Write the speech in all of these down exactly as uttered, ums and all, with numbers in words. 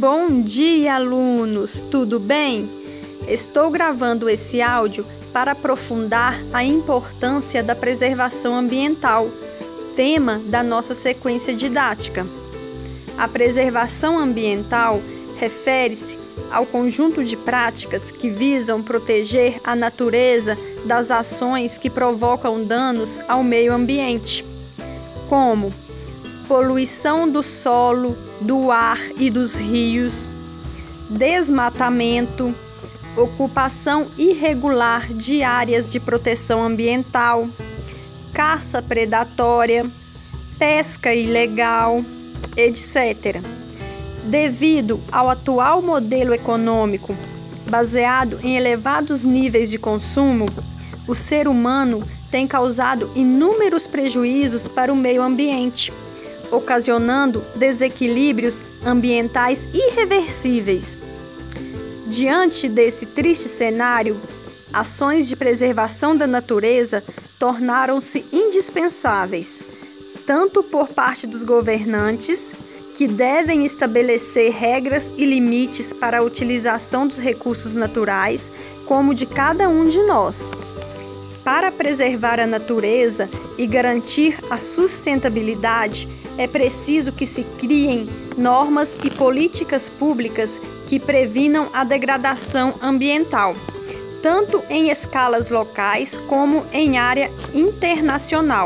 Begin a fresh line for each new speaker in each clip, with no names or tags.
Bom dia, alunos! Tudo bem? Estou gravando esse áudio para aprofundar a importância da preservação ambiental, tema da nossa sequência didática. A preservação ambiental refere-se ao conjunto de práticas que visam proteger a natureza das ações que provocam danos ao meio ambiente, como poluição do solo, do ar e dos rios, desmatamento, ocupação irregular de áreas de proteção ambiental, caça predatória, pesca ilegal, etcétera. Devido ao atual modelo econômico, baseado em elevados níveis de consumo, o ser humano tem causado inúmeros prejuízos para o meio ambiente, ocasionando desequilíbrios ambientais irreversíveis. Diante desse triste cenário, ações de preservação da natureza tornaram-se indispensáveis, tanto por parte dos governantes, que devem estabelecer regras e limites para a utilização dos recursos naturais, como de cada um de nós. Para preservar a natureza e garantir a sustentabilidade, é preciso que se criem normas e políticas públicas que previnam a degradação ambiental, tanto em escalas locais como em área internacional.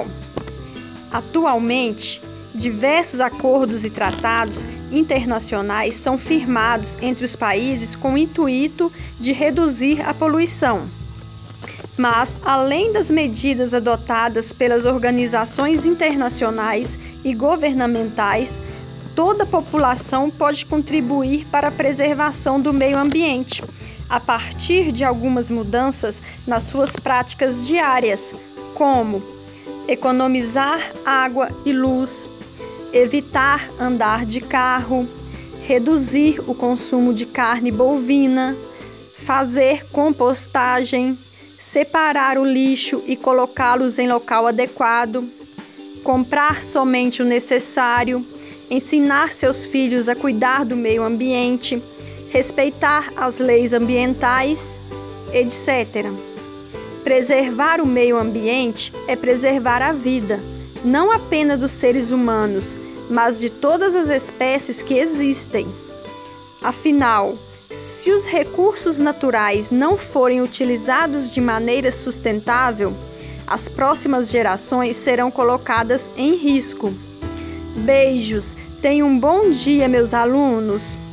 Atualmente, diversos acordos e tratados internacionais são firmados entre os países com o intuito de reduzir a poluição. Mas, além das medidas adotadas pelas organizações internacionais e governamentais, toda a população pode contribuir para a preservação do meio ambiente, a partir de algumas mudanças nas suas práticas diárias, como economizar água e luz, evitar andar de carro, reduzir o consumo de carne bovina, fazer compostagem, separar o lixo e colocá-los em local adequado, comprar somente o necessário, ensinar seus filhos a cuidar do meio ambiente, respeitar as leis ambientais, etcétera. Preservar o meio ambiente é preservar a vida, não apenas dos seres humanos, mas de todas as espécies que existem. Afinal, se os recursos naturais não forem utilizados de maneira sustentável, as próximas gerações serão colocadas em risco. Beijos! Tenham um bom dia, meus alunos!